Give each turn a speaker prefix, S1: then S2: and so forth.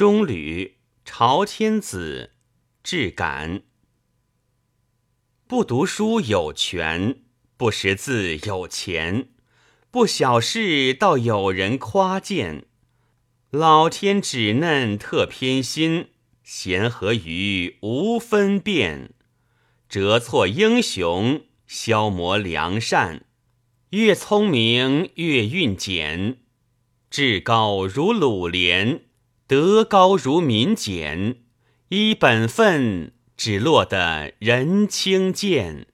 S1: 中履朝天子至感。不读书有权，不识字有钱，不小事倒有人夸荐。老天指嫩特偏心，贤和愚无分辨。折挫英雄，消磨良善，越聪明越运简。志高如鲁连，德高如民简，依本分只落得人轻贱。